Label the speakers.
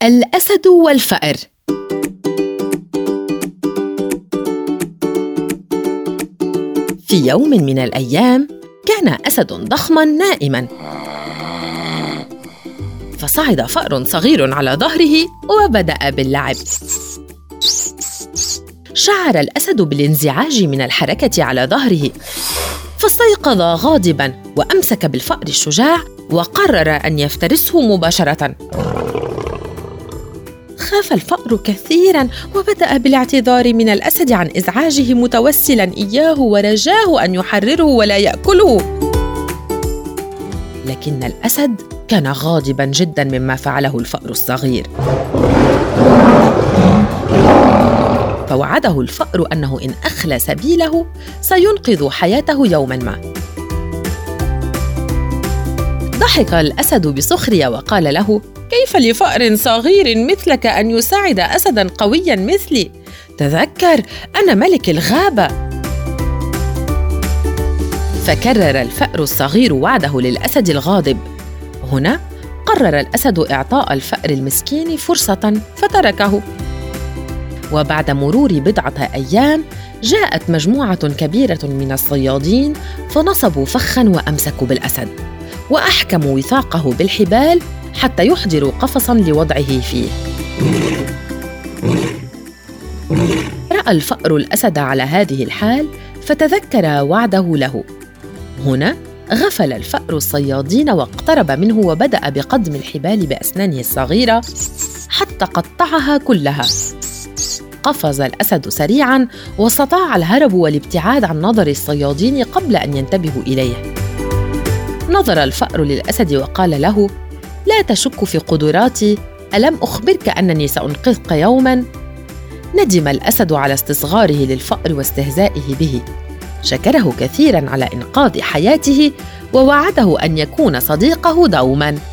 Speaker 1: الأسد والفأر. في يوم من الأيام كان أسد ضخماً نائماً، فصعد فأر صغير على ظهره وبدأ باللعب. شعر الأسد بالانزعاج من الحركة على ظهره، فاستيقظ غاضباً وأمسك بالفأر الشجاع وقرر أن يفترسه مباشرة. خاف الفأر كثيراً وبدأ بالاعتذار من الأسد عن إزعاجه، متوسلاً إياه ورجاه أن يحرره ولا يأكله. لكن الأسد كان غاضباً جداً مما فعله الفأر الصغير، فوعده الفأر أنه إن أخلى سبيله سينقذ حياته يوماً ما. ضحك الأسد بسخرية وقال له: كيف لفأر صغير مثلك أن يساعد أسداً قوياً مثلي؟ تذكر، أنا ملك الغابة. فكرر الفأر الصغير وعده للأسد الغاضب. هنا قرر الأسد إعطاء الفأر المسكين فرصة فتركه. وبعد مرور بضعة أيام جاءت مجموعة كبيرة من الصيادين، فنصبوا فخاً وأمسكوا بالأسد وأحكموا وثاقه بالحبال حتى يحضروا قفصاً لوضعه فيه. رأى الفأر الأسد على هذه الحال فتذكر وعده له. هنا غفل الفأر الصيادين واقترب منه وبدأ بقدم الحبال بأسنانه الصغيرة حتى قطعها كلها. قفز الأسد سريعاً واستطاع الهرب والابتعاد عن نظر الصيادين قبل أن ينتبهوا إليه. نظر الفأر للأسد وقال له: لا تشك في قدراتي، ألم أخبرك أنني سأنقذك يوماً؟ ندم الأسد على استصغاره للفأر واستهزائه به، شكره كثيراً على إنقاذ حياته ووعده أن يكون صديقه دوماً.